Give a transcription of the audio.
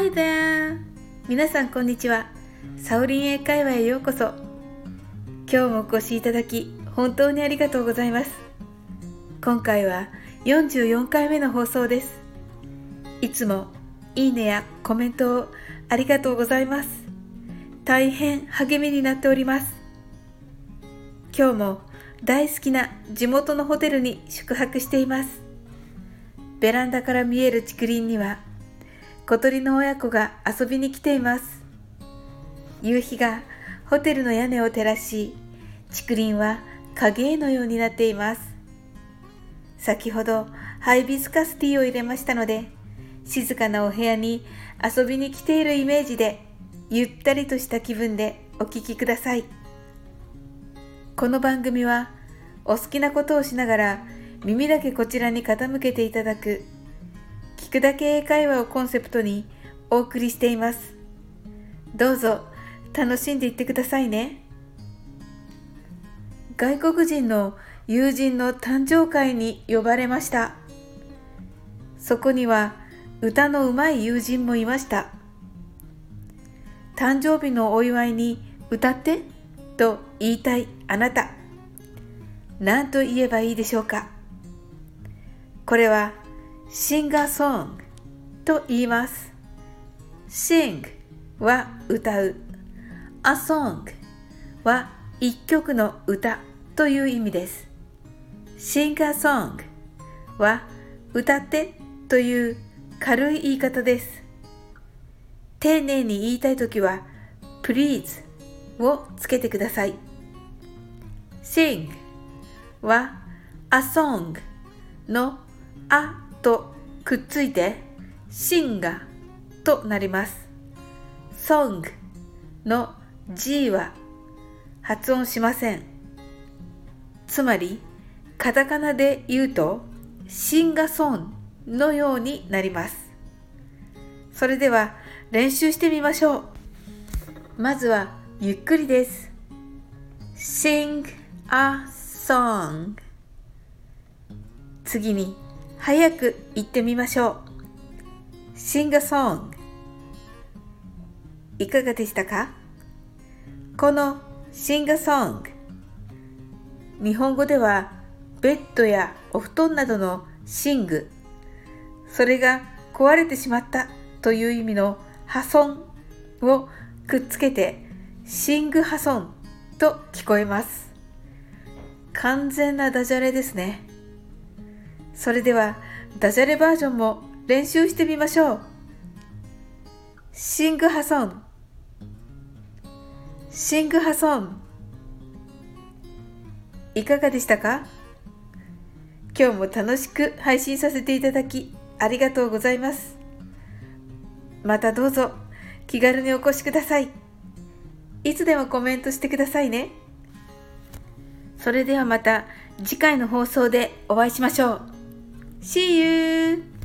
Hi there! 皆さんこんにちは。サオリン英会話へようこそ。今日もお越しいただき本当にありがとうございます。今回は44回目の放送です。いつもいいねやコメントをありがとうございます。大変励みになっております。今日も大好きな地元のホテルに宿泊しています。ベランダから見える竹林には小鳥の親子が遊びに来ています。夕日がホテルの屋根を照らし、竹林は影絵のようになっています。先ほどハイビスカスティーを入れましたので、静かなお部屋に遊びに来ているイメージで、ゆったりとした気分でお聞きください。この番組はお好きなことをしながら耳だけこちらに傾けていただく聞くだけ英会話をコンセプトにお送りしています。どうぞ楽しんでいってくださいね。外国人の友人の誕生会に呼ばれました。そこには歌のうまい友人もいました。誕生日のお祝いに歌ってと言いたいあなた、何と言えばいいでしょうか。これはSing a song と言います。Sing は歌う。A song は一曲の歌という意味です。Sing a song は歌ってという軽い言い方です。丁寧に言いたいときは Please をつけてください。Sing は A song のあとくっついてシンガとなります。Song の G は発音しません。つまりカタカナで言うとシンガソンのようになります。それでは練習してみましょう。まずはゆっくりです。Sing a song。 次に早く言ってみましょう。Sing a song。 いかがでしたか？この Sing a song、 日本語ではベッドやお布団などの寝具、それが壊れてしまったという意味の破損をくっつけて寝具破損と聞こえます。完全なダジャレですね。それではダジャレバージョンも練習してみましょう。シングハソン、シングハソン。いかがでしたか？今日も楽しく配信させていただきありがとうございます。またどうぞ気軽にお越しください。いつでもコメントしてくださいね。それではまた次回の放送でお会いしましょう。See you!